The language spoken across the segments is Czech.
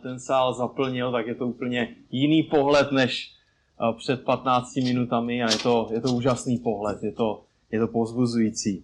ten sál zaplnil, tak je to úplně jiný pohled než před 15 minutami a je to úžasný pohled, je to povzbuzující.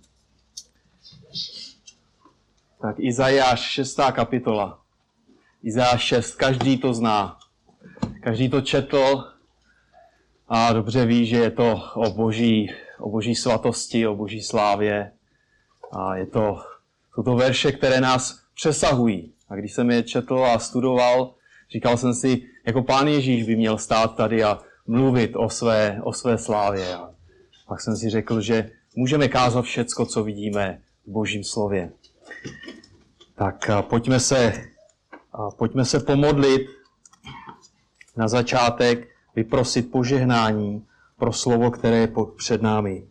Tak Izajáš 6. kapitola. Izajáš 6, každý to zná. Každý to četl a dobře ví, že je to o boží svatosti, o boží slávě. A jsou to verše, které nás přesahují. A když jsem je četl a studoval, říkal jsem si, jako Pán Ježíš by měl stát tady a mluvit o své slávě. A pak jsem si řekl, že můžeme kázat všecko, co vidíme v Božím slově. Tak pojďme se pomodlit na začátek, vyprosit požehnání pro slovo, které je před námi.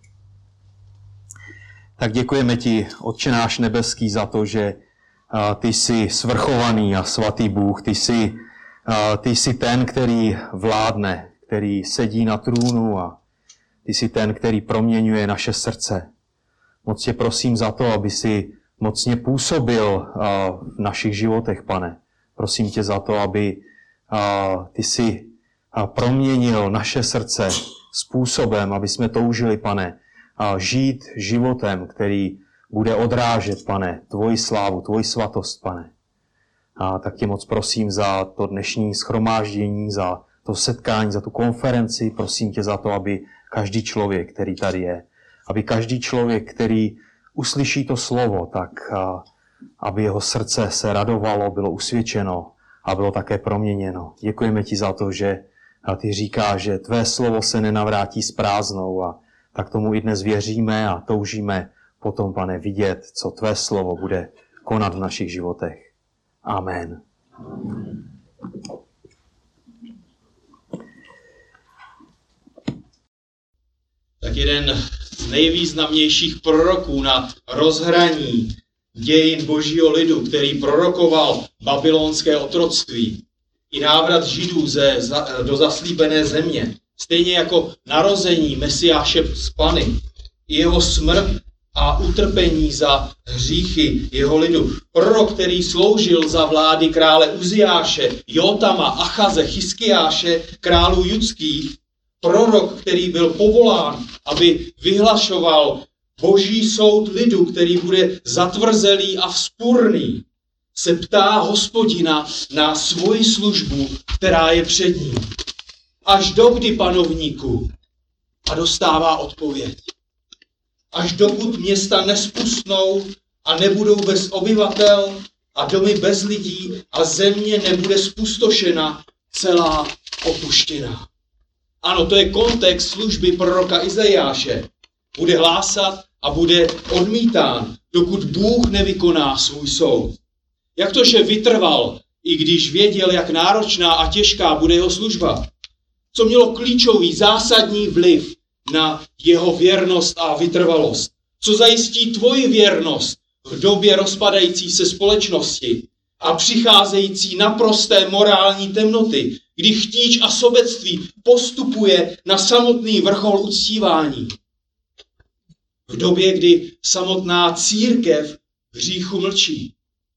Tak děkujeme ti, Otče náš nebeský, za to, že ty jsi svrchovaný a svatý Bůh. Ty jsi ten, který vládne, který sedí na trůnu a ty jsi ten, který proměňuje naše srdce. Moc tě prosím za to, aby si mocně působil v našich životech, Pane. Prosím tě za to, aby ty si proměnil naše srdce způsobem, aby jsme toužili, Pane, žít životem, který bude odrážet, Pane, tvoji slávu, tvoji svatost, Pane. A tak tě moc prosím za to dnešní shromáždění, za to setkání, za tu konferenci. Prosím tě za to, aby každý člověk, který tady je, aby každý člověk, který uslyší to slovo, tak aby jeho srdce se radovalo, bylo usvědčeno a bylo také proměněno. Děkujeme ti za to, že ty říkáš, že tvé slovo se nenavrátí s prázdnou a tak tomu i dnes věříme a toužíme potom, Pane, vidět, co tvé slovo bude konat v našich životech. Amen. Tak jeden z nejvýznamnějších proroků na rozhraní dějin božího lidu, který prorokoval babylonské otroctví i návrat Židů do zaslíbené země, stejně jako narození Mesiáše z Pany, i jeho smrt a utrpení za hříchy jeho lidu. Prorok, který sloužil za vlády krále Uziáše, Jotama, Achaze, Chiskiáše, králů judských, prorok, který byl povolán, aby vyhlašoval boží soud lidu, který bude zatvrzelý a vzpurný, se ptá Hospodina na svoji službu, která je před ním. Až dokdy, panovníku? A dostává odpověď. Až dokud města nespustnou a nebudou bez obyvatel a domy bez lidí a země nebude spustošena, celá opuštěna. Ano, to je kontext služby proroka Izajáše. Bude hlásat a bude odmítán, dokud Bůh nevykoná svůj soud. Jak to, že vytrval, i když věděl, jak náročná a těžká bude jeho služba? Co mělo klíčový, zásadní vliv na jeho věrnost a vytrvalost? Co zajistí tvoji věrnost v době rozpadající se společnosti a přicházející naprosté morální temnoty, kdy chtíč a sobectví postupuje na samotný vrchol uctívání? V době, kdy samotná církev v hříchu mlčí.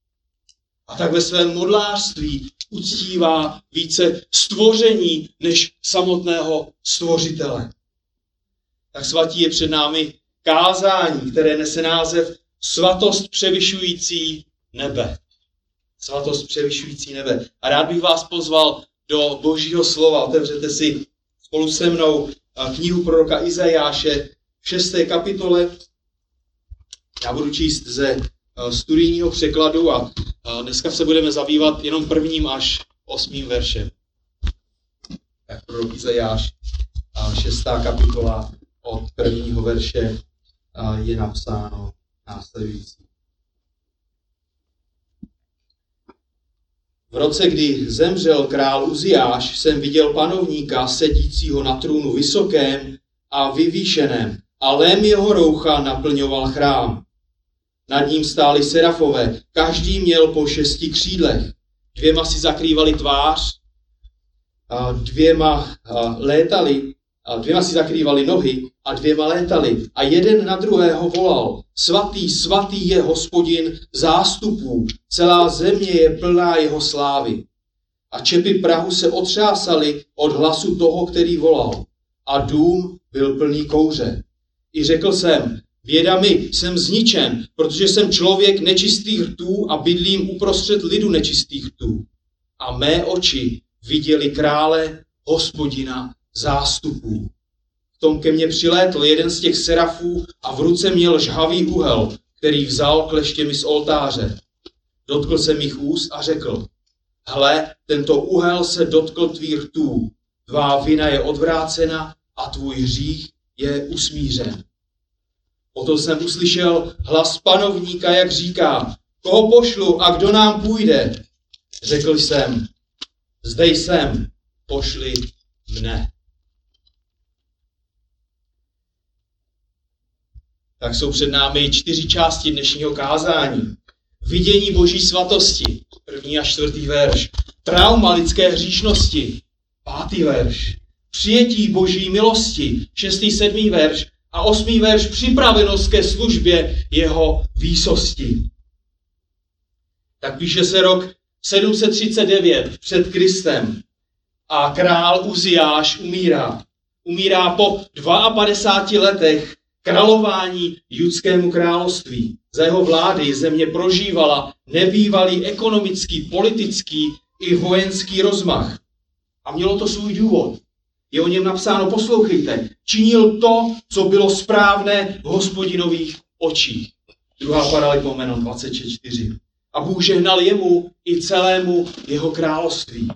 A tak ve svém modlářství uctívá více stvoření než samotného stvořitele. Tak svatí je před námi kázání, které nese název Svatost převyšující nebe. Svatost převyšující nebe. A rád bych vás pozval do Božího slova. Otevřete si spolu se mnou knihu proroka Izajáše v 6. kapitole. Já budu číst ze studijního překladu a dneska se budeme zabývat jenom 1. až 8. veršem. Tak prorok Izajáš, 6. kapitola od 1. verše je napsáno následující. V roce, kdy zemřel král Uziáš, jsem viděl panovníka sedícího na trůnu vysokém a vyvýšeném a lém jeho roucha naplňoval chrám. Nad ním stáli serafové, každý měl po 6 křídlech. 2 si zakrývali tvář, 2 si zakrývali nohy a 2 létali. A jeden na druhého volal: Svatý, svatý je Hospodin zástupů, celá země je plná jeho slávy. a čepy prahu se otřásaly od hlasu toho, který volal. A dům byl plný kouře. I řekl jsem, běda mi, jsem zničen, protože jsem člověk nečistých rtů a bydlím uprostřed lidu nečistých rtů. A mé oči viděli krále, Hospodina zástupů. V tom ke mně přilétl jeden z těch serafů a v ruce měl žhavý úhel, který vzal kleštěmi z oltáře. Dotkl se mých úst a řekl, hle, tento úhel se dotkl tvých rtů, tvá vina je odvrácena a tvůj hřích je usmířen. Potom jsem uslyšel hlas panovníka, jak říká, koho pošlu a kdo nám půjde? Řekl jsem, zde jsem, pošli mne. Tak jsou před námi 4 části dnešního kázání. Vidění Boží svatosti, 1. a 4. verš. Trauma lidské hříšnosti, 5. verš. Přijetí Boží milosti, 6. 7. verš. A 8. verš, připravenost ke službě jeho výsosti. Tak píše se rok 739 před Kristem a král Uziáš umírá. Umírá po 52 letech králování judskému království. Za jeho vlády země prožívala nebývalý ekonomický, politický i vojenský rozmach. A mělo to svůj důvod. Je o něm napsáno, poslouchejte, činil to, co bylo správné v Hospodinových očích. 2. Paralipomenon 24. A Bůh žehnal jemu i celému jeho království.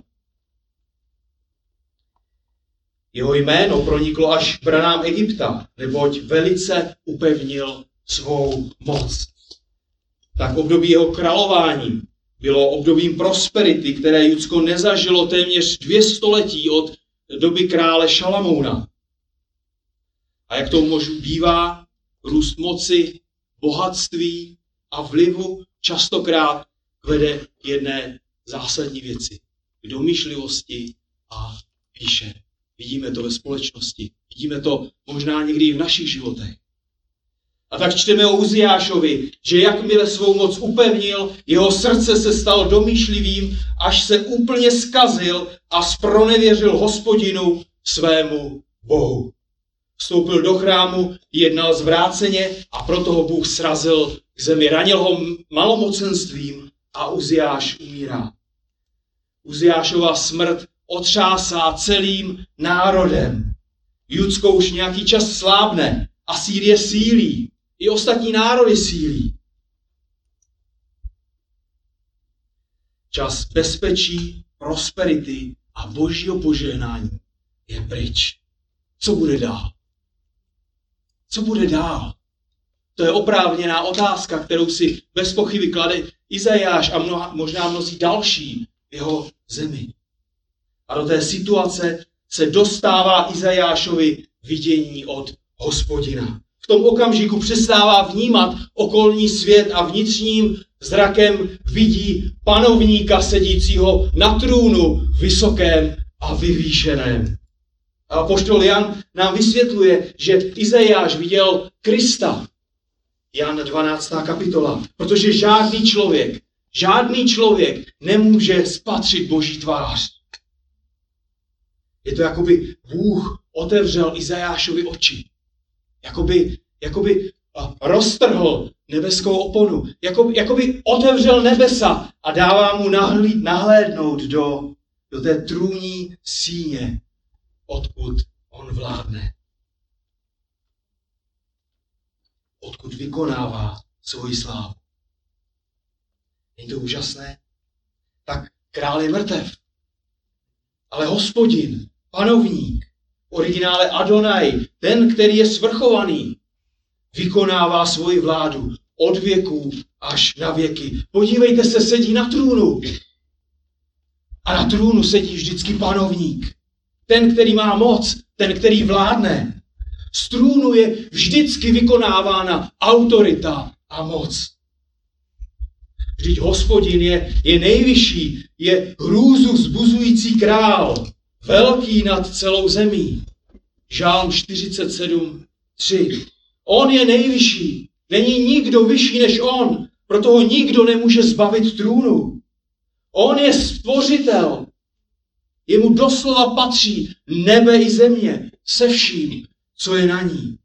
Jeho jméno proniklo až k branám Egypta, neboť velice upevnil svou moc. Tak období jeho králování bylo obdobím prosperity, které Judsko nezažilo téměř 2 století od doby krále Šalamouna. A jak to možná bývá, růst moci, bohatství a vlivu častokrát vede k jedné zásadní věci. K domýšlivosti a píše. Vidíme to ve společnosti. Vidíme to možná někdy i v našich životech. A tak čteme o Uziášovi, že jakmile svou moc upevnil, jeho srdce se stalo domýšlivým, až se úplně zkazil a zpronevěřil Hospodinu svému Bohu. Vstoupil do chrámu, jednal zvráceně a proto ho Bůh srazil k zemi. Ranil ho malomocenstvím a Uziáš umírá. Uziášova smrt otřásá celým národem. Judsko už nějaký čas slábne, Asýrie sílí, i ostatní národy sílí. Čas bezpečí, prosperity a Božího požehnání je pryč. Co bude dál? Co bude dál? To je oprávněná otázka, kterou si bez pochyby klade Izajáš a možná mnozí další v jeho zemi. A do té situace se dostává Izajášovi vidění od Hospodina. V tom okamžiku přestává vnímat okolní svět a vnitřním zrakem vidí panovníka sedícího na trůnu vysokém a vyvýšeném. A apoštol Jan nám vysvětluje, že Izajáš viděl Krista. Jan 12. kapitola. Protože žádný člověk nemůže spatřit Boží tvář. Je to, jakoby Bůh otevřel Izajášovi oči. Jakoby roztrhl nebeskou oponu. Jakoby otevřel nebesa a dává mu nahlédnout do té trůní síně, odkud on vládne. Odkud vykonává svoji slávu. Není to úžasné? Tak král je mrtev. Ale Hospodin, panovník, v originále Adonai, ten, který je svrchovaný, vykonává svoji vládu od věků až na věky. Podívejte se, sedí na trůnu. A na trůnu sedí vždycky panovník. Ten, který má moc, ten, který vládne. Z trůnu je vždycky vykonávána autorita a moc. Vždyť Hospodin je nejvyšší, je hrůzu vzbuzující král, velký nad celou zemí. Žálm 47:3. On je nejvyšší, není nikdo vyšší než on, proto ho nikdo nemůže zbavit trůnu. On je stvořitel, Jemu doslova patří nebe i země se vším, co je na ní.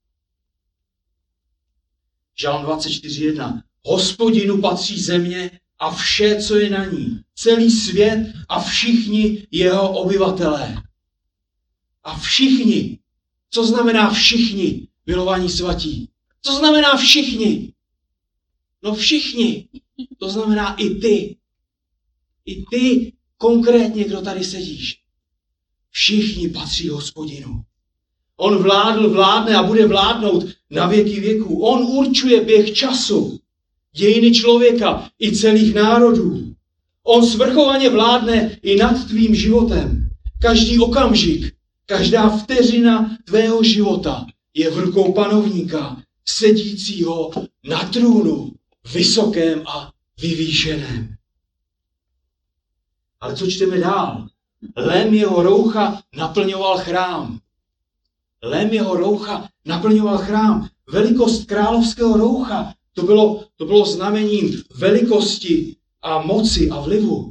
Žalm 24:1. Hospodinu patří země a vše, co je na ní, celý svět a všichni jeho obyvatelé. A všichni. Co znamená všichni, milovaní svatí? Co znamená všichni? No všichni. To znamená i ty. I ty konkrétně, kdo tady sedíš. Všichni patří Hospodinu. On vládne a bude vládnout na věky věků. On určuje běh času, dějiny člověka i celých národů. On svrchovaně vládne i nad tvým životem. Každý okamžik, každá vteřina tvého života je v rukou panovníka, sedícího na trůnu, vysokém a vyvýšeném. Ale co čteme dál? Lem jeho roucha naplňoval chrám. Lem jeho roucha naplňoval chrám. Velikost královského roucha, to bylo znamením velikosti a moci a vlivu.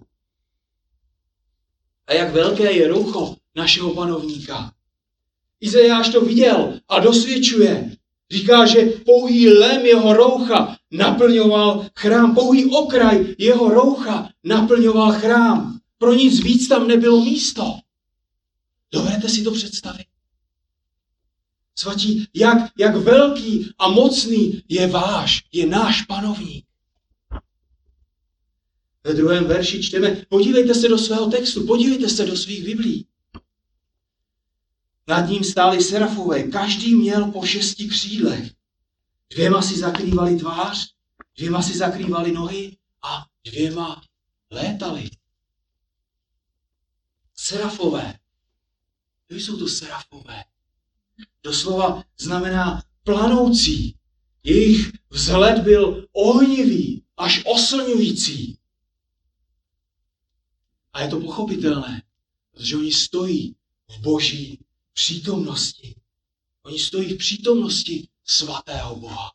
A jak velké je roucho našeho panovníka. Izajáš to viděl a dosvědčuje. Říká, že pouhý lem jeho roucha naplňoval chrám. Pouhý okraj jeho roucha naplňoval chrám. Pro nic víc tam nebylo místo. Dovedete si to představit? Svatí, jak velký a mocný je náš panovník. Ve 2. verši čteme, podívejte se do svého textu, podívejte se do svých biblí. Nad ním stáli serafové, každý měl po 6 křídlech. 2 si zakrývali tvář, 2 si zakrývali nohy a 2 létali. Serafové. Kdo jsou to serafové? Doslova znamená planoucí. Jejich vzhled byl ohnivý, až oslňující. A je to pochopitelné, protože oni stojí v Boží přítomnosti. Oni stojí v přítomnosti svatého Boha.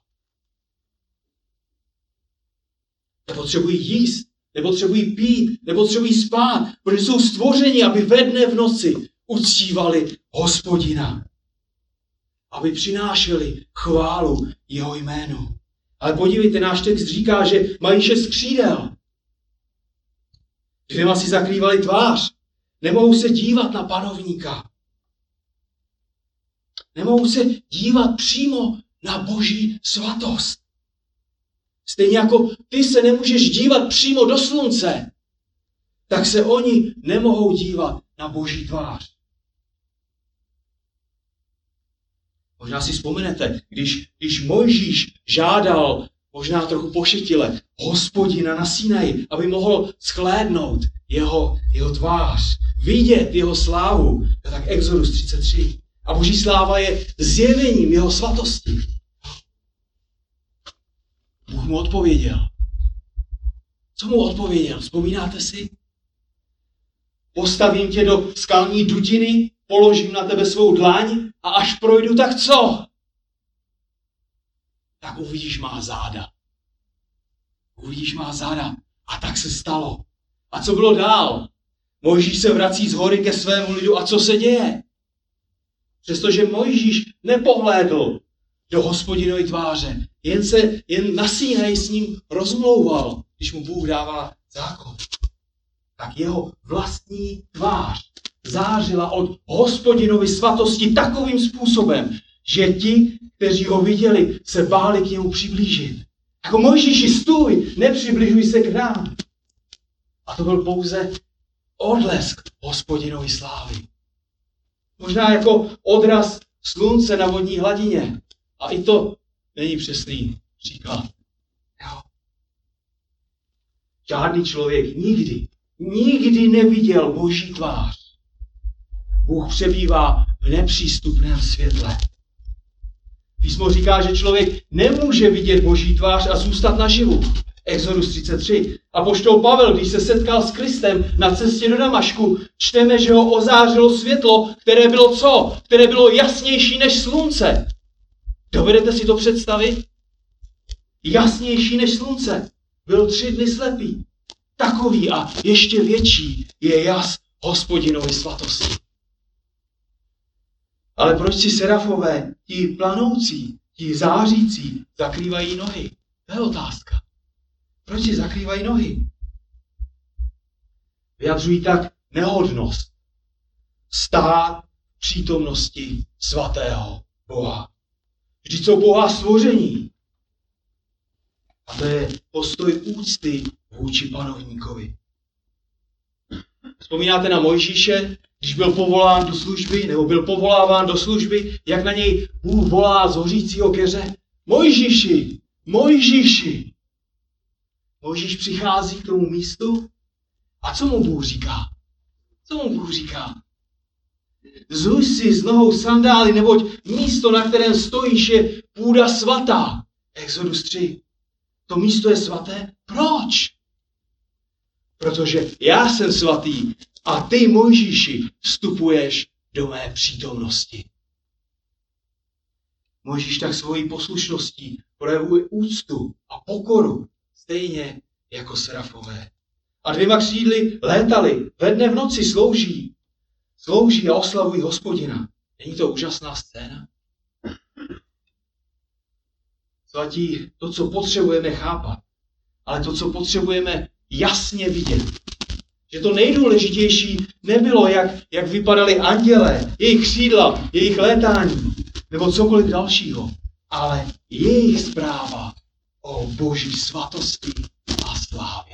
Nepotřebují jíst, nepotřebují pít, nepotřebují spát, protože jsou stvořeni, aby ve dne v noci uctívali Hospodina. Aby přinášeli chválu jeho jménu. Ale podívejte, náš text říká, že mají 6 křídel. 2 si zakrývali tvář. Nemohou se dívat na panovníka. Nemohou se dívat přímo na Boží svatost. Stejně jako ty se nemůžeš dívat přímo do slunce, tak se oni nemohou dívat na Boží tvář. Možná si vzpomenete, když Mojžíš žádal, možná trochu pošetile, Hospodina na Sinaji, aby mohl shlédnout jeho tvář, vidět jeho slávu, tak Exodus 33. A Boží sláva je zjevením jeho svatosti. Bůh mu odpověděl. Co mu odpověděl? Vzpomínáte si? Postavím tě do skalní dutiny, položím na tebe svou dlaň a až projdu, tak co? Tak uvidíš má záda. Uvidíš má záda. A tak se stalo. A co bylo dál? Mojžíš se vrací z hory ke svému lidu a co se děje? Přestože Mojžíš nepohlédl do Hospodinovy tváře, jen na Sinaji s ním rozmlouval, když mu Bůh dává zákon. Tak jeho vlastní tvář zářila od Hospodinovy svatosti takovým způsobem, že ti, kteří ho viděli, se báli k němu přiblížit. Jako Mojžíši, stůj, nepřibližuj se k nám. A to byl pouze odlesk Hospodinovy slávy. Možná jako odraz slunce na vodní hladině. A i to není přesný příklad. Jo. Žádný člověk nikdy neviděl Boží tvář. Bůh přebývá v nepřístupném světle. Písmo říká, že člověk nemůže vidět Boží tvář a zůstat naživu. Exodus 33. Apoštol Pavel, když se setkal s Kristem na cestě do Damašku, čteme, že ho ozářilo světlo, které bylo co? Které bylo jasnější než slunce. Dovedete si to představit? Jasnější než slunce. Byl 3 dny slepý. Takový a ještě větší je jas Hospodinovi svatosti. Ale proč si serafové, ti planoucí, ti zářící, zakrývají nohy? To je otázka. Proč si zakrývají nohy? Vyjadřují tak nehodnost stát v přítomnosti svatého Boha. Vždyť jsou Boha stvoření. A to je postoj úcty vůči panovníkovi. Vzpomínáte na Mojžíše, když byl povolán do služby, nebo byl povoláván do služby, jak na něj Bůh volá z hořícího keře? Mojžíši, Mojžíši. Mojžíš přichází k tomu místu a co mu Bůh říká? Co mu Bůh říká? Zuj si z nohou sandály, neboť místo, na kterém stojíš, je půda svatá. Exodus 3. To místo je svaté. Proč? Protože já jsem svatý a ty, Mojžíši, vstupuješ do mé přítomnosti. Mojžíš tak svojí poslušností projevuje úctu a pokoru, stejně jako serafové. A 2 křídly létali, ve dne v noci slouží a oslavují Hospodina. Není to úžasná scéna? Svatí, to, co potřebujeme chápat, ale to, co potřebujeme jasně vidět, že to nejdůležitější nebylo, jak vypadali andělé, jejich křídla, jejich létání, nebo cokoliv dalšího, ale jejich zpráva o Boží svatosti a slávě.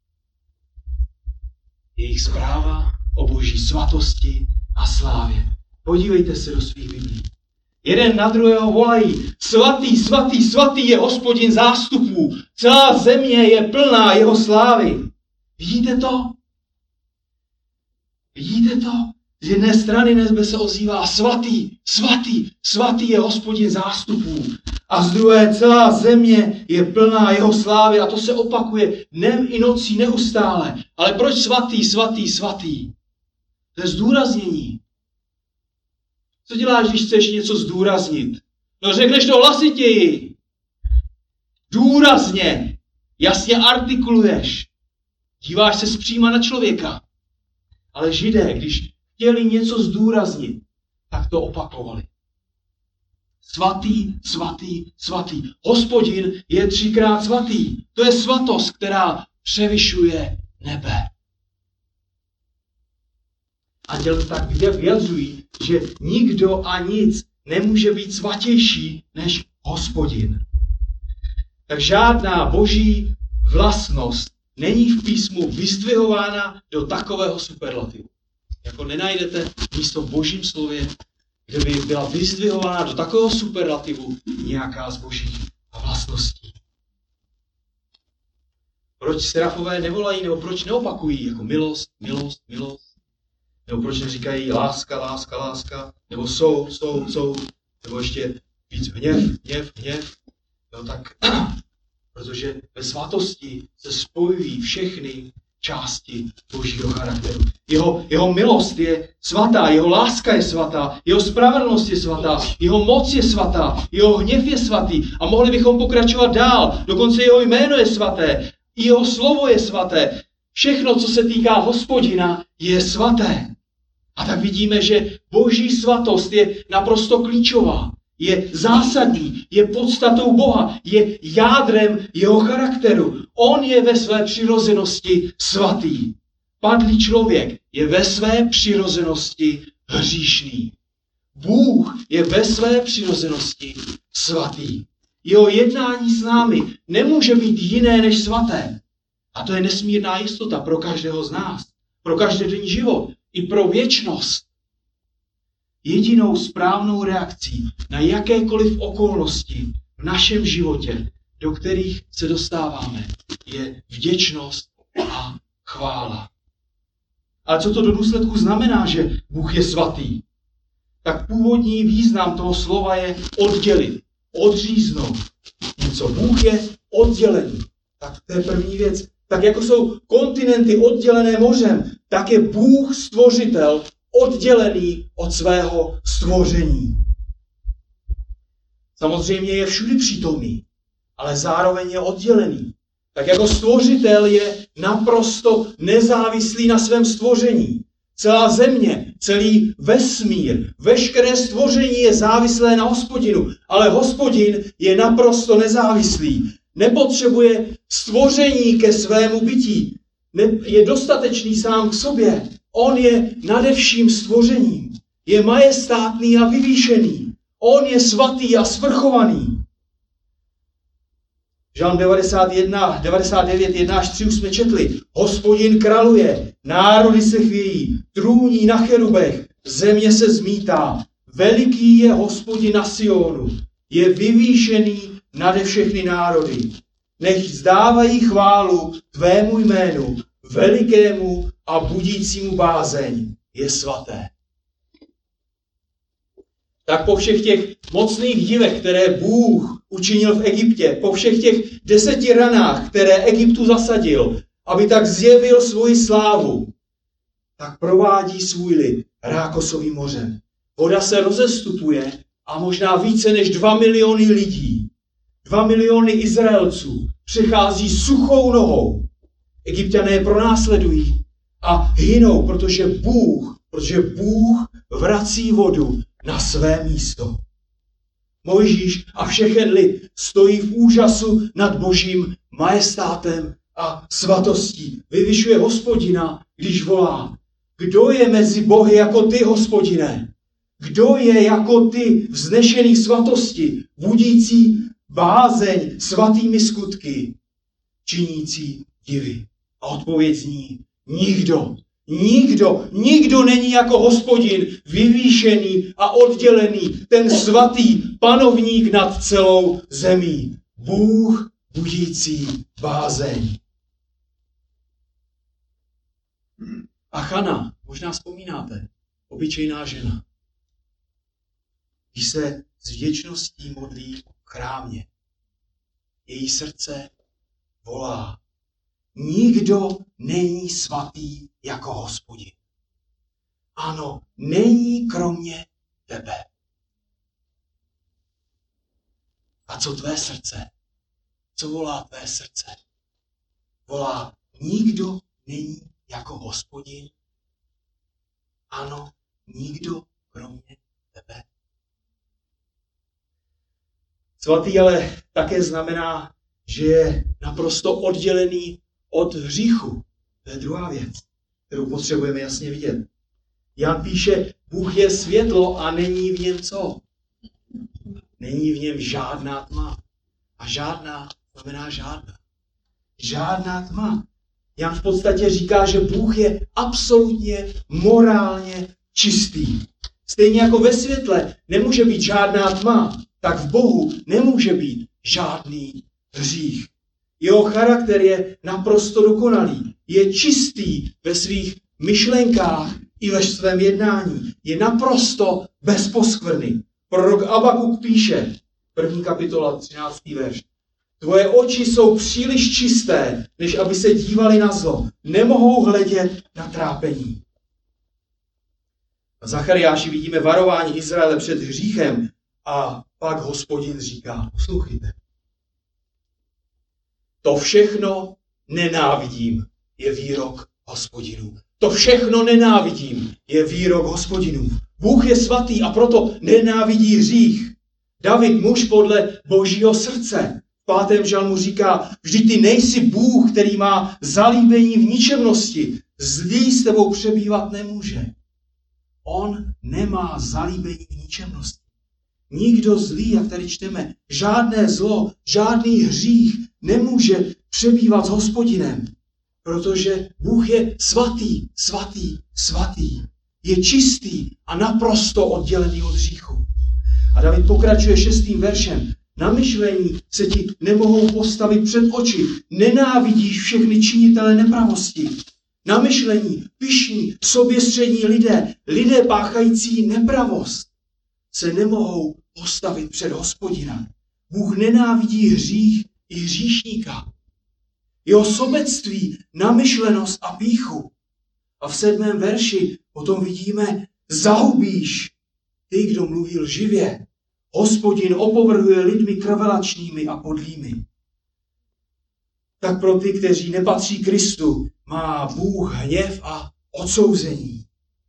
Jejich zpráva o Boží svatosti a slávě. Podívejte se do svých biblí. Jeden na druhého volají: svatý, svatý, svatý je Hospodin zástupů. Celá země je plná jeho slávy. Vidíte to? Vidíte to? Z jedné strany nebe se ozývá: svatý, svatý, svatý je Hospodin zástupů. A z druhé celá země je plná jeho slávy. A to se opakuje dnem i nocí neustále. Ale proč svatý, svatý, svatý? To je zdůraznění. Co děláš, když chceš něco zdůraznit? No řekneš to hlasitěji. Důrazně. Jasně artikuluješ. Díváš se zpříma na člověka. Ale Židé, když chtěli něco zdůraznit, tak to opakovali. Svatý, svatý, svatý. Hospodin je 3krát svatý. To je svatost, která převyšuje nebe. Anděle tak vyjadřují, že nikdo a nic nemůže být svatější než Hospodin. Tak žádná boží vlastnost není v písmu vyzdvihována do takového superlativu. Jako nenajdete místo v Božím slově, kde by byla vyzdvihována do takového superlativu nějaká z božích vlastností. Proč serafové nevolají, nebo proč neopakují jako milost, milost, milost? Nebo proč neříkají láska, láska, láska? Nebo jsou, nebo ještě víc hněv. No tak, protože ve svatosti se spojují všechny části božího charakteru. Jeho milost je svatá, jeho láska je svatá, jeho spravedlnost je svatá, jeho moc je svatá, jeho hněv je svatý a mohli bychom pokračovat dál. Dokonce jeho jméno je svaté, i jeho slovo je svaté. Všechno, co se týká Hospodina, je svaté. A tak vidíme, že boží svatost je naprosto klíčová, je zásadní, je podstatou Boha, je jádrem jeho charakteru. On je ve své přirozenosti svatý. Padlý člověk je ve své přirozenosti hříšný. Bůh je ve své přirozenosti svatý. Jeho jednání s námi nemůže být jiné než svaté. A to je nesmírná jistota pro každého z nás, pro každodenní život i pro věčnost. Jedinou správnou reakcí na jakékoliv okolnosti v našem životě, do kterých se dostáváme, je vděčnost a chvála. Ale co to do důsledku znamená, že Bůh je svatý? Tak původní význam toho slova je oddělit, odříznout. Něco. Bůh je oddělený. Tak to je první věc. Tak jako jsou kontinenty oddělené mořem, tak je Bůh stvořitel oddělený od svého stvoření. Samozřejmě je všudy přítomný, ale zároveň je oddělený. Tak jako stvořitel je naprosto nezávislý na svém stvoření. Celá země, celý vesmír, veškeré stvoření je závislé na Hospodinu, ale Hospodin je naprosto nezávislý. Nepotřebuje stvoření ke svému bytí. Je dostatečný sám k sobě. On je nade vším stvořením. Je majestátný a vyvýšený. On je svatý a svrchovaný. Žalm 99, 1 až 3 už jsme četli. Hospodin králuje, národy se chvějí, trůní na cherubech, země se zmítá. Veliký je Hospodin na Sionu, je vyvýšený nade všechny národy. Nech vzdávají chválu tvému jménu, velikému a budícímu bázeň, je svaté. Tak po všech těch mocných divech, které Bůh učinil v Egyptě, po všech těch 10 ranách, které Egyptu zasadil, aby tak zjevil svoji slávu, tak provádí svůj lid Rákosovým mořem. Voda se rozestupuje a možná více než 2 miliony lidí, 2 miliony Izraelců přechází suchou nohou. Egypťané je pronásledují a hynou, protože Bůh vrací vodu na své místo. Mojžíš a všechen lid stojí v úžasu nad Božím majestátem a svatostí. Vyvyšuje Hospodina, když volá. Kdo je mezi bohy jako ty, Hospodine? Kdo je jako ty vznešený svatosti, budící bázeň svatými skutky, činící divy? A odpověď zní, nikdo není jako Hospodin, vyvýšený a oddělený, ten svatý panovník nad celou zemí. Bůh budící bázeň. A Chana, možná vzpomínáte, obyčejná žena, když se s vděčností modlí v chrámě, její srdce volá, nikdo není svatý jako Hospodin. Ano, není kromě tebe. A co tvé srdce? Co volá tvé srdce? Volá, nikdo není jako Hospodin. Ano, nikdo kromě tebe. Svatý ale také znamená, že je naprosto oddělený od hříchu. To je druhá věc, kterou potřebujeme jasně vidět. Jan píše, Bůh je světlo a není v něm co? Není v něm žádná tma. A žádná znamená žádná. Žádná tma. Jan v podstatě říká, že Bůh je absolutně morálně čistý. Stejně jako ve světle nemůže být žádná tma, tak v Bohu nemůže být žádný hřích. Jeho charakter je naprosto dokonalý. Je čistý ve svých myšlenkách i ve svém jednání. Je naprosto bez poskvrny. Prorok Abakuk píše, 1. kapitola, 13. verš. Tvoje oči jsou příliš čisté, než aby se dívali na zlo. Nemohou hledět na trápení. V Zachariáši vidíme varování Izraele před hříchem a pak Hospodin říká, poslouchejte. To všechno nenávidím, je výrok Hospodinů. To všechno nenávidím, je výrok Hospodinů. Bůh je svatý a proto nenávidí hřích. David, muž podle Božího srdce, v 5. žalmu říká, vždyť ty nejsi Bůh, který má zalíbení v ničemnosti. Zlý s tebou přebývat nemůže. On nemá zalíbení v ničemnosti. Nikdo zlý, jak tady čteme, žádné zlo, žádný hřích nemůže přebývat s Hospodinem. Protože Bůh je svatý, svatý, svatý. Je čistý a naprosto oddělený od hříchu. A David pokračuje 6. veršem. Na myšlení se ti nemohou postavit před oči. Nenávidíš všechny činitele nepravosti. Na myšlení pyšní, soběstřední lidé páchající nepravost, se nemohou postavit před Hospodina. Bůh nenávidí hřích i hříšníka. Jeho sobectví, namyšlenost a pýchu. A v 7. verši potom vidíme, zahubíš ty, kdo mluví lživě. Hospodin opovrhuje lidmi krvelačnými a podlými. Tak pro ty, kteří nepatří Kristu, má Bůh hněv a odsouzení.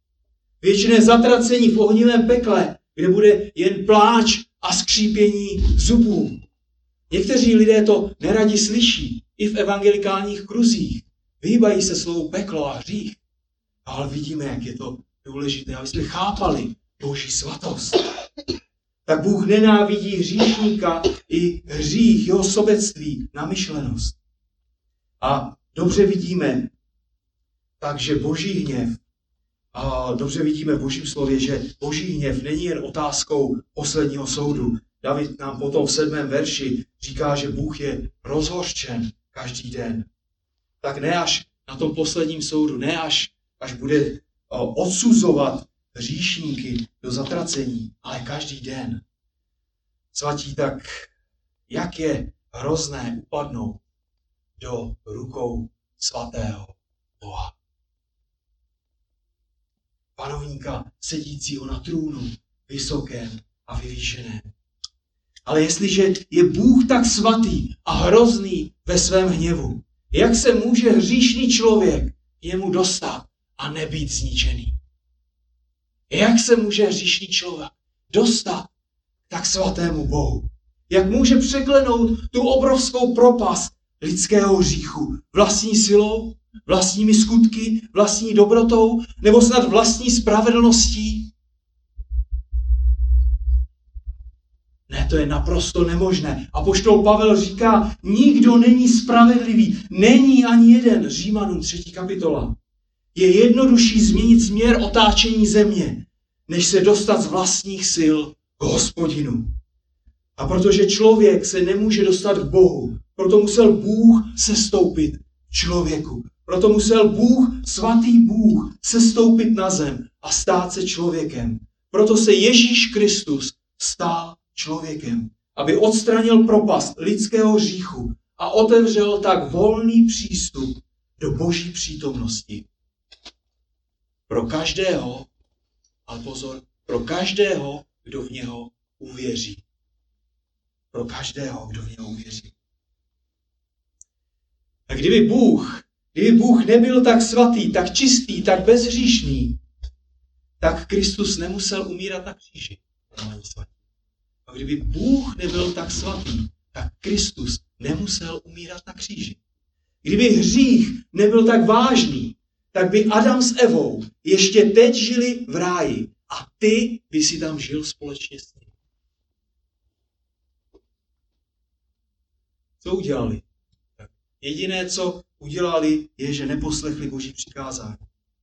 Věčné zatracení v ohnivém pekle, kde bude jen pláč a skřípění zubů. Někteří lidé to neradi slyší, i v evangelikálních kruzích. Vyhýbají se slovu peklo a hřích. Ale vidíme, jak je to důležité, aby jsme chápali Boží svatost. Tak Bůh nenávidí hříšníka i hřích, jeho sobectví, namyšlenost. A dobře vidíme, takže Boží hněv, a dobře vidíme v Božím slově, že Boží hněv není jen otázkou posledního soudu. David nám potom v 7. verši říká, že Bůh je rozhořčen každý den. Tak ne až na tom posledním soudu, ne až bude odsuzovat hříšníky do zatracení, ale každý den. Svatí, tak jak je hrozné upadnout do rukou svatého Boha. Panovníka sedícího na trůnu, vysokém a vyvýšeném. Ale jestliže je Bůh tak svatý a hrozný ve svém hněvu, jak se může hříšný člověk jemu dostat a nebýt zničený? Jak se může hříšný člověk dostat tak svatému Bohu? Jak může překlenout tu obrovskou propast lidského hříchu vlastní silou, vlastními skutky, vlastní dobrotou, nebo snad vlastní spravedlností? Ne, to je naprosto nemožné. Apoštol Pavel říká, nikdo není spravedlivý, není ani jeden, Římanům 3. kapitola. Je jednodušší změnit směr otáčení země, než se dostat z vlastních sil k Hospodinu. A protože člověk se nemůže dostat k Bohu, proto musel Bůh sestoupit člověku. Proto musel Bůh, svatý Bůh, sestoupit na zem a stát se člověkem. Proto se Ježíš Kristus stal člověkem, aby odstranil propast lidského hříchu a otevřel tak volný přístup do Boží přítomnosti. Pro každého, ale pozor, pro každého, kdo v něho uvěří. Pro každého, kdo v něho uvěří. A kdyby Bůh nebyl tak svatý, tak čistý, tak bezhříšný, tak Kristus nemusel umírat na kříži. A kdyby Bůh nebyl tak svatý, tak Kristus nemusel umírat na kříži. Kdyby hřích nebyl tak vážný, tak by Adam s Evou ještě teď žili v ráji a ty by si tam žil společně s ním. Co udělali? Jediné, co udělali, je, že neposlechli Boží přikázání.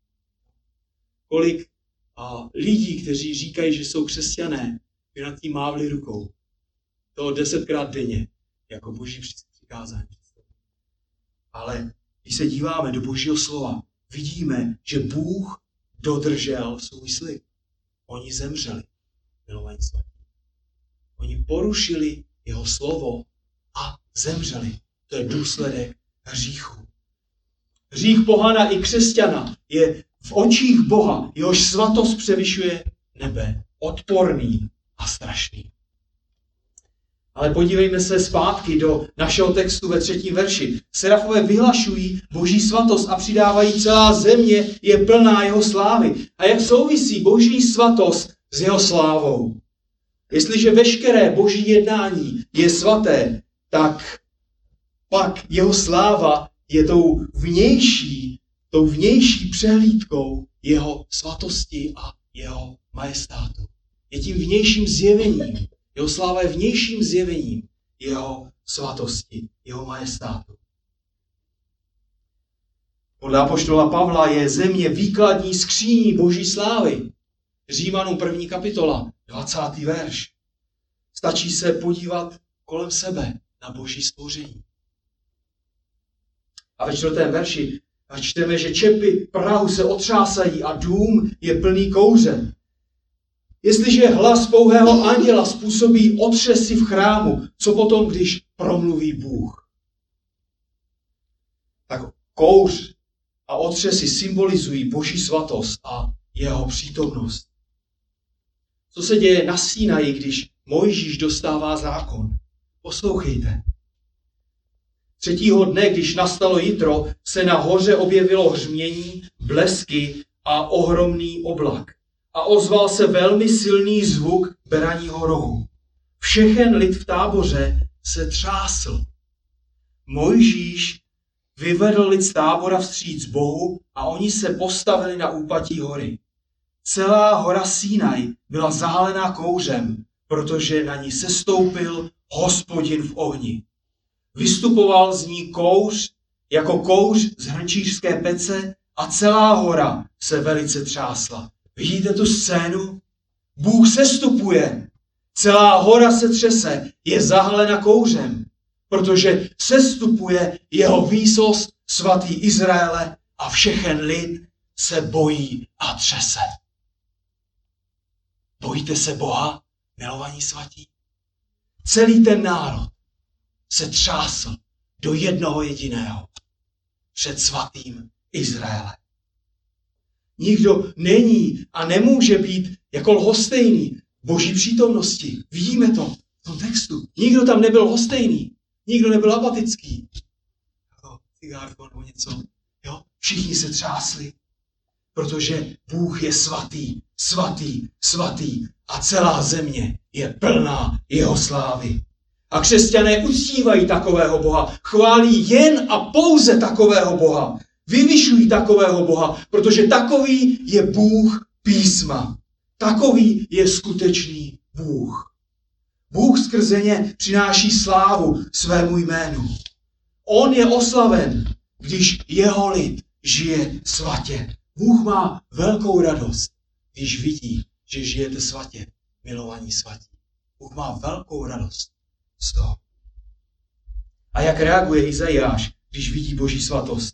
Kolik lidí, kteří říkají, že jsou křesťané, by nad tím mávli rukou. To 10krát denně, jako Boží přikázání. Ale když se díváme do Božího slova, vidíme, že Bůh dodržel svůj slib. Oni zemřeli, milovaní svatí. Oni porušili jeho slovo a zemřeli. To je důsledek hříchu. Hřích pohana i křesťana je v očích Boha, jehož svatost převyšuje nebe, odporný a strašný. Ale podívejme se zpátky do našeho textu ve 3. verši. Serafové vyhlašují Boží svatost a přidávají, celá země je plná jeho slávy. A jak souvisí Boží svatost s jeho slávou? Jestliže veškeré Boží jednání je svaté, tak pak jeho sláva je tou vnější přehlídkou jeho svatosti a jeho majestátu. Je tím vnějším zjevením. Jeho sláva je vnějším zjevením jeho svatosti, jeho majestátu. Podle apoštola Pavla je země výkladní skříní Boží slávy. Římanům 1. kapitola, 20. verš. Stačí se podívat kolem sebe na Boží stvoření. A ve 4. verši čteme, že čepy prahu se otřásají a dům je plný kouře. Jestliže hlas pouhého anděla způsobí otřesy v chrámu, co potom, když promluví Bůh? Tak kouř a otřesy symbolizují Boží svatost a jeho přítomnost. Co se děje na Sinaji, když Mojžíš dostává zákon? Poslouchejte. 3. dne, když nastalo jitro, se na hoře objevilo hřmění, blesky a ohromný oblak. a ozval se velmi silný zvuk beraního rohu. Všechen lid v táboře se třásl. Mojžíš vyvedl lid z tábora vstříc Bohu a oni se postavili na úpatí hory. Celá hora Sinaj byla zahalená kouřem, protože na ní sestoupil Hospodin v ohni. Vystupoval z ní kouř jako kouř z hrnčířské pece a celá hora se velice třásla. Vidíte tu scénu? Bůh sestupuje. Celá hora se třese, je zahalena kouřem, protože sestupuje jeho výsost svatý Izraele a všechen lid se bojí a třese. Bojíte se Boha, milovaní svatí? Celý ten národ se třásl do jednoho jediného před svatým Izraelem. Nikdo není a nemůže být jako lhostejný v Boží přítomnosti. Vidíme to v tom textu. Nikdo tam nebyl lhostejný. Nikdo nebyl apatický. Cigárko nebo něco. Jo? Všichni se třásli, protože Bůh je svatý, svatý, svatý a celá země je plná jeho slávy. A křesťané uctívají takového Boha, chválí jen a pouze takového Boha, vyvyšují takového Boha, protože takový je Bůh písma. Takový je skutečný Bůh. Bůh skrze ně přináší slávu svému jménu. On je oslaven, když jeho lid žije svatě. Bůh má velkou radost, když vidí, že žijete svatě, milovaní svatí. Bůh má velkou radost z toho. A jak reaguje Izajáš, když vidí Boží svatost?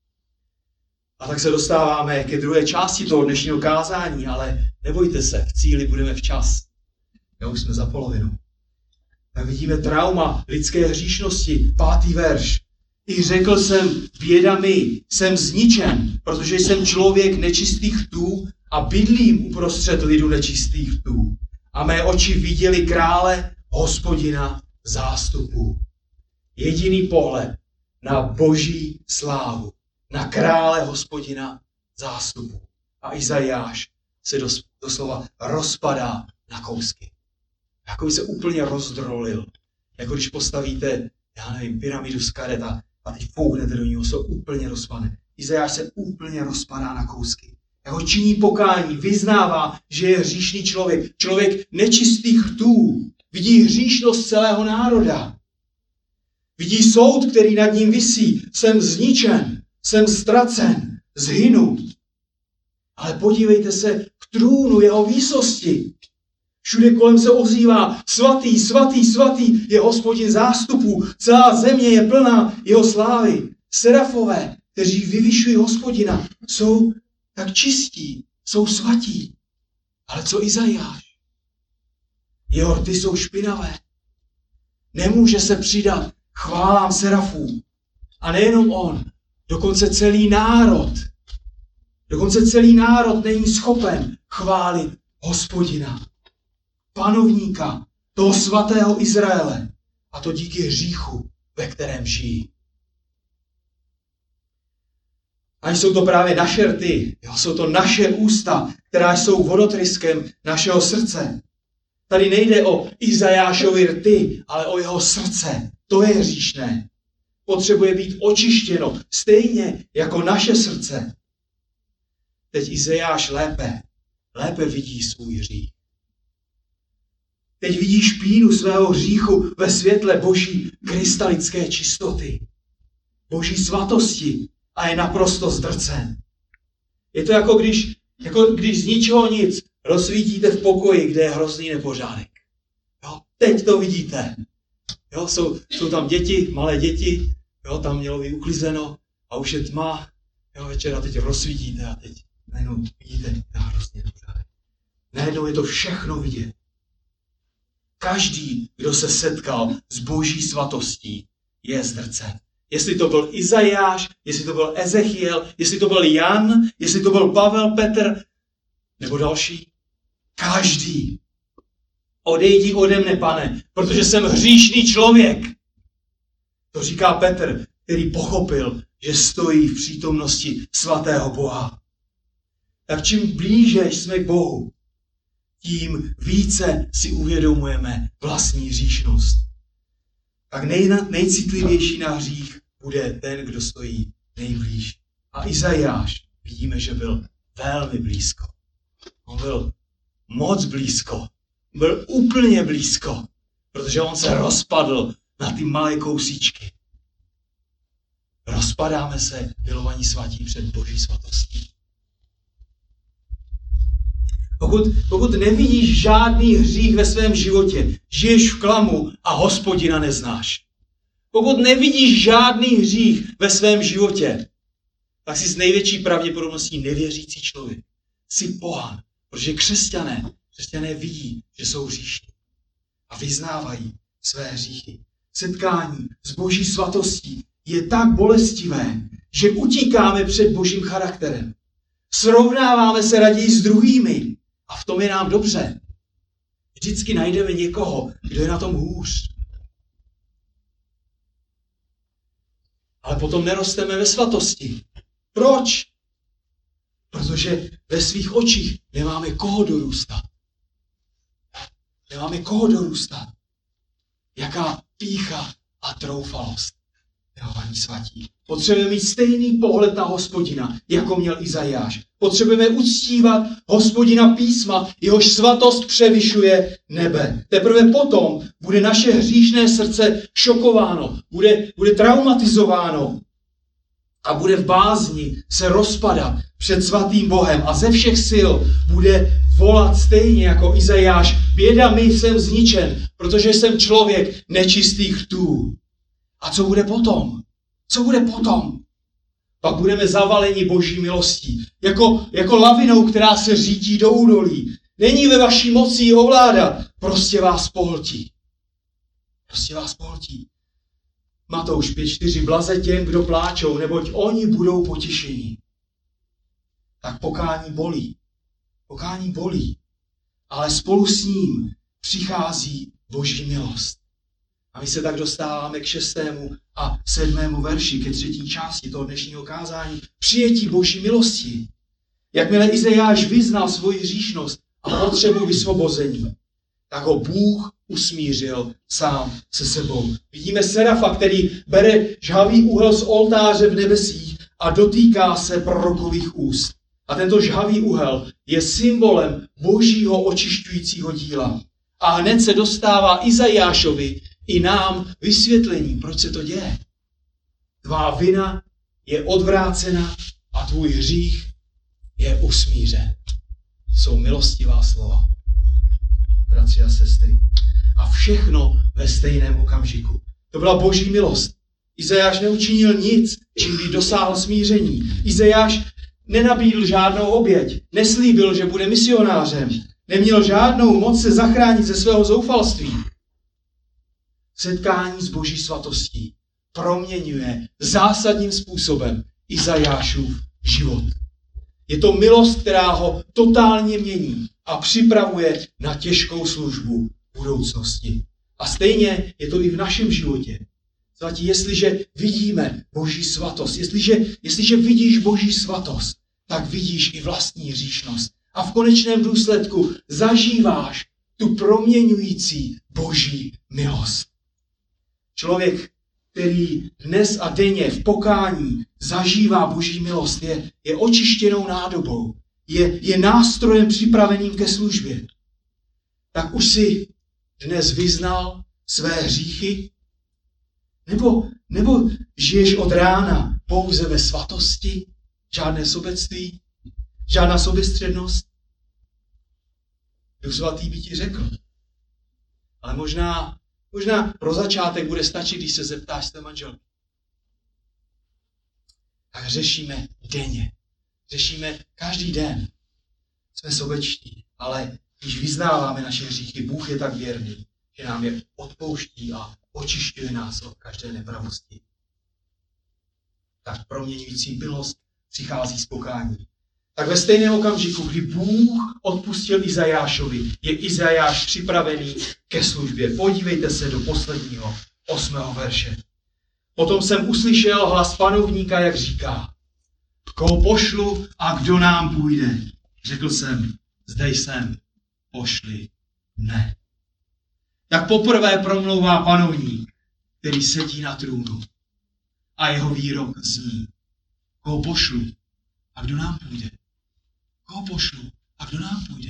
A tak se dostáváme ke druhé části toho dnešního kázání, ale nebojte se, v cíli budeme včas. Já už jsme za polovinu. Tak vidíme trauma lidské hříšnosti, 5. verš. I řekl jsem, běda mi, jsem zničen, protože jsem člověk nečistých rtů a bydlím uprostřed lidu nečistých rtů. A mé oči viděly krále, Hospodina zástupu. Jediný pohled na Boží slávu, na krále Hospodina zástupu. A Izajáš se doslova rozpadá na kousky. Jako by se úplně rozdrolil. Jako když postavíte, já nevím, pyramidu z karet a teď fouknete do něho, jsou úplně rozpadne. Izajáš se úplně rozpadá na kousky. Jako činí pokání, vyznává, že je hříšný člověk. Člověk nečistých rtů. Vidí hříšnost celého národa. Vidí soud, který nad ním visí. Jsem zničen, jsem ztracen, zhynu. Ale podívejte se k trůnu jeho výsosti. Všude kolem se ozývá svatý, svatý, svatý je Hospodin zástupů. Celá země je plná jeho slávy. Serafové, kteří vyvyšují Hospodina, jsou tak čistí, jsou svatí. Ale co Izajáš? Jeho rty jsou špinavé. Nemůže se přidat chválám serafů. A nejenom on, dokonce celý národ. Dokonce celý národ není schopen chválit Hospodina. Panovníka, toho svatého Izraele. A to díky hříchu, ve kterém žijí. A jsou to právě naše rty, jsou to naše ústa, která jsou vodotryskem našeho srdce. Tady nejde o Izajášovi rty, ale o jeho srdce. To je hříšné. Potřebuje být očištěno, stejně jako naše srdce. Teď Izajáš lépe vidí svůj hřích. Teď vidí špínu svého hříchu ve světle Boží krystalické čistoty, Boží svatosti a je naprosto zdrcen. Je to jako když z ničeho nic rozsvítíte v pokoji, kde je hrozný nepořádek. Jo? Teď to vidíte. Jo? Jsou tam děti, malé děti, jo? Tam mělo být uklizeno a už je tma. Jo? Večer a teď rozsvítíte a teď najednou vidíte hrozný nepořádek. Najednou je to všechno vidět. Každý, kdo se setkal s Boží svatostí, je zdrcen. Jestli to byl Izajáš, jestli to byl Ezechiel, jestli to byl Jan, jestli to byl Pavel, Petr, nebo další. Každý. Odejdi ode mne, Pane, protože jsem hříšný člověk. To říká Petr, který pochopil, že stojí v přítomnosti svatého Boha. tak čím blíže jsme k Bohu, tím více si uvědomujeme vlastní hříšnost. Tak nejcitlivější na hřích bude ten, kdo stojí nejblíž. A Izajáš vidíme, že byl velmi blízko. On byl moc blízko. Byl úplně blízko, protože on se rozpadl na ty malé kousíčky. Rozpadáme se, milovaní svatí, před Boží svatostí. Pokud nevidíš žádný hřích ve svém životě, žiješ v klamu a Hospodina neznáš. Pokud nevidíš žádný hřích ve svém životě, tak jsi s největší pravděpodobností nevěřící člověk. Jsi pohan, protože křesťané vidí, že jsou hříšní a vyznávají své hříchy. Setkání s Boží svatostí je tak bolestivé, že utíkáme před Božím charakterem. Srovnáváme se raději s druhými a v tom je nám dobře. Vždycky najdeme někoho, kdo je na tom hůř. Ale potom nerosteme ve svatosti. Proč? Protože ve svých očích nemáme koho dorůstat. Nemáme koho dorůstat. Jaká pýcha a troufalost. Milovaní svatí. Potřebujeme mít stejný pohled na Hospodina, jako měl Izajáš. Potřebujeme uctívat Hospodina písma, jehož svatost převyšuje nebe. Teprve potom bude naše hříšné srdce šokováno, bude traumatizováno a bude v bázni se rozpadat před svatým Bohem a ze všech sil bude volat stejně jako Izajáš: běda mi, jsem zničen, protože jsem člověk nečistých rtů. A co bude potom? Co bude potom? Pak budeme zavaleni Boží milostí. Jako lavinou, která se řítí do údolí. Není ve vaší moci ji ovládat. Prostě vás pohltí. Prostě vás pohltí. Matouš 5:4. Blaze těm, kdo pláčou, neboť oni budou potěšení. Tak pokání bolí. Pokání bolí. Ale spolu s ním přichází Boží milost. A my se tak dostáváme k 6. a 7. verši, ke 3. části toho dnešního kázání. Přijetí Boží milosti. Jakmile Izajáš vyznal svoji hříšnost a potřebu vysvobození, tak ho Bůh usmířil sám se sebou. Vidíme serafa, který bere žhavý úhel z oltáře v nebesích a dotýká se prorokových úst. A tento žhavý úhel je symbolem Božího očišťujícího díla. A hned se dostává Izajášovi i nám vysvětlení, proč se to děje. Tvá vina je odvrácena a tvůj hřích je usmířen. Jsou milostivá slova, bratři a sestry. A všechno ve stejném okamžiku. To byla Boží milost. Izajáš neučinil nic, čím by dosáhl smíření. Izajáš nenabídl žádnou oběť, neslíbil, že bude misionářem, neměl žádnou moc se zachránit ze svého zoufalství. Setkání s Boží svatostí proměňuje zásadním způsobem Izajášův život. Je to milost, která ho totálně mění a připravuje na těžkou službu budoucnosti. A stejně je to i v našem životě. Svatí, jestliže vidíme Boží svatost, jestliže vidíš Boží svatost, tak vidíš i vlastní hříšnost. A v konečném důsledku zažíváš tu proměňující Boží milost. Člověk, který dnes a denně v pokání zažívá Boží milost, je očištěnou nádobou, je nástrojem připraveným ke službě. Tak už si dnes vyznal své hříchy? Nebo žiješ od rána pouze ve svatosti? Žádné sobectví? Žádná soběstřednost? Duch svatý by ti řekl. Ale možná pro začátek bude stačit, když se zeptáš své manželky. Tak řešíme denně. Řešíme každý den. Jsme sobečtí, ale když vyznáváme naše hříchy, Bůh je tak věrný, že nám je odpouští a očišťuje nás od každé nepravosti. Tak proměňující milost přichází z pokání. Tak ve stejném okamžiku, kdy Bůh odpustil Izajášovi, je Izajáš připravený ke službě. Podívejte se do posledního 8. verše. Potom jsem uslyšel hlas panovníka, jak říká: koho pošlu a kdo nám půjde? Řekl jsem, zde jsem, pošli mne. Tak poprvé promlouvá panovník, který sedí na trůnu. A jeho výrok zní, koho pošlu a kdo nám půjde? Koho pošlu a kdo nám půjde?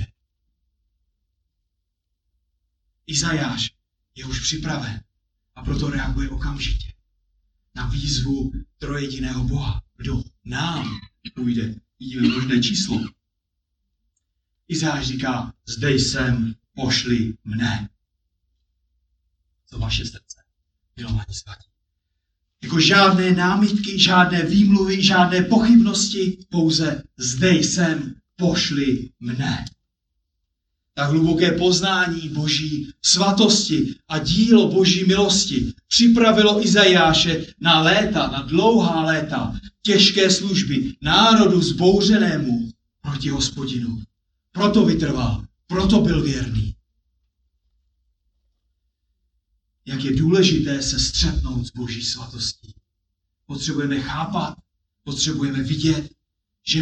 Izajáš je už připraven a proto reaguje okamžitě na výzvu trojjediného Boha. Kdo nám půjde? Vidíme možné číslo. Izajáš říká, zde jsem, pošli mne. Co vaše srdce, milovaní svatí. Jako žádné námitky, žádné výmluvy, žádné pochybnosti, pouze zde jsem, pošli mne. Tak hluboké poznání Boží svatosti a dílo Boží milosti připravilo Izajáše na léta, na dlouhá léta těžké služby národu zbouřenému proti Hospodinu. Proto vytrval, proto byl věrný. Jak je důležité se střetnout s Boží svatostí. Potřebujeme chápat, potřebujeme vidět, že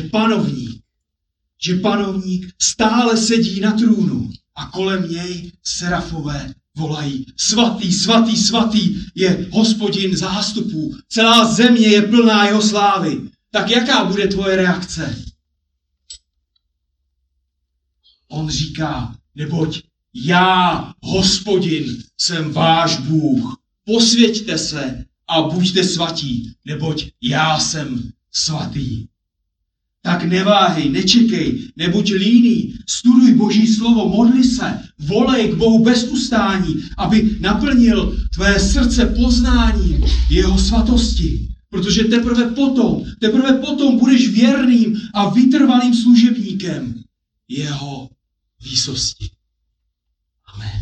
panovník stále sedí na trůnu a kolem něj serafové volají svatý, svatý, svatý je Hospodin zástupů, celá země je plná jeho slávy. Tak jaká bude tvoje reakce? On říká, neboť já, Hospodin, jsem váš Bůh. Posvěťte se a buďte svatí, neboť já jsem svatý. Tak neváhej, nečekej, nebuď líný, studuj Boží slovo, modli se, volej k Bohu bez ustání, aby naplnil tvé srdce poznáním jeho svatosti. Protože teprve potom budeš věrným a vytrvalým služebníkem jeho výsosti. Amen.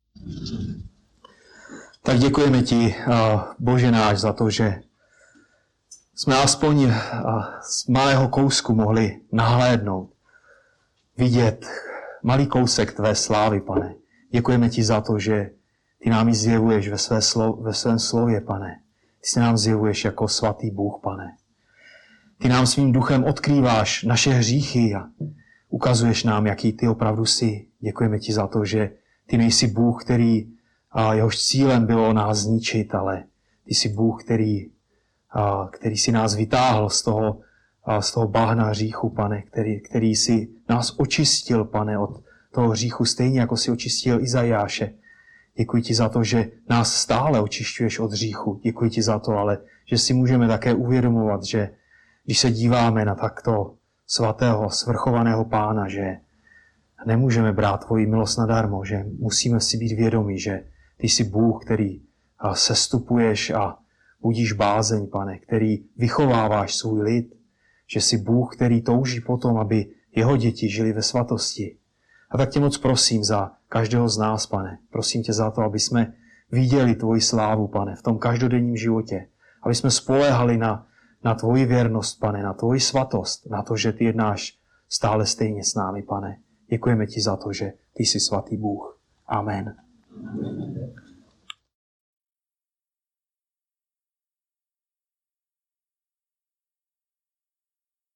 Tak děkujeme ti, Bože náš, za to, že jsme aspoň z malého kousku mohli nahlédnout, vidět malý kousek tvé slávy, Pane. Děkujeme ti za to, že ty nám ji zjevuješ ve svém slově, Pane. Ty se nám zjevuješ jako svatý Bůh, Pane. Ty nám svým duchem odkrýváš naše hříchy a ukazuješ nám, jaký ty opravdu jsi. Děkujeme ti za to, že ty nejsi Bůh, jehož cílem bylo nás zničit, ale ty jsi Bůh, který si nás vytáhl z toho bahna hříchu, Pane, který si nás očistil, Pane, od toho hříchu, stejně jako si očistil Izajáše. Děkuji ti za to, že nás stále očišťuješ od hříchu. Děkuji ti za to, ale že si můžeme také uvědomovat, že když se díváme na takto svatého, svrchovaného Pána, že nemůžeme brát tvoji milost nadarmo, že musíme si být vědomí, že ty jsi Bůh, který sestupuješ a budíš bázeň, Pane, který vychováváš svůj lid, že jsi Bůh, který touží potom, aby jeho děti žili ve svatosti. A tak tě moc prosím za každého z nás, Pane. Prosím tě za to, aby jsme viděli tvoji slávu, Pane, v tom každodenním životě. Aby jsme spoléhali na tvoji věrnost, Pane, na tvoji svatost, na to, že ty jednáš stále stejně s námi, Pane. Děkujeme ti za to, že ty jsi svatý Bůh. Amen.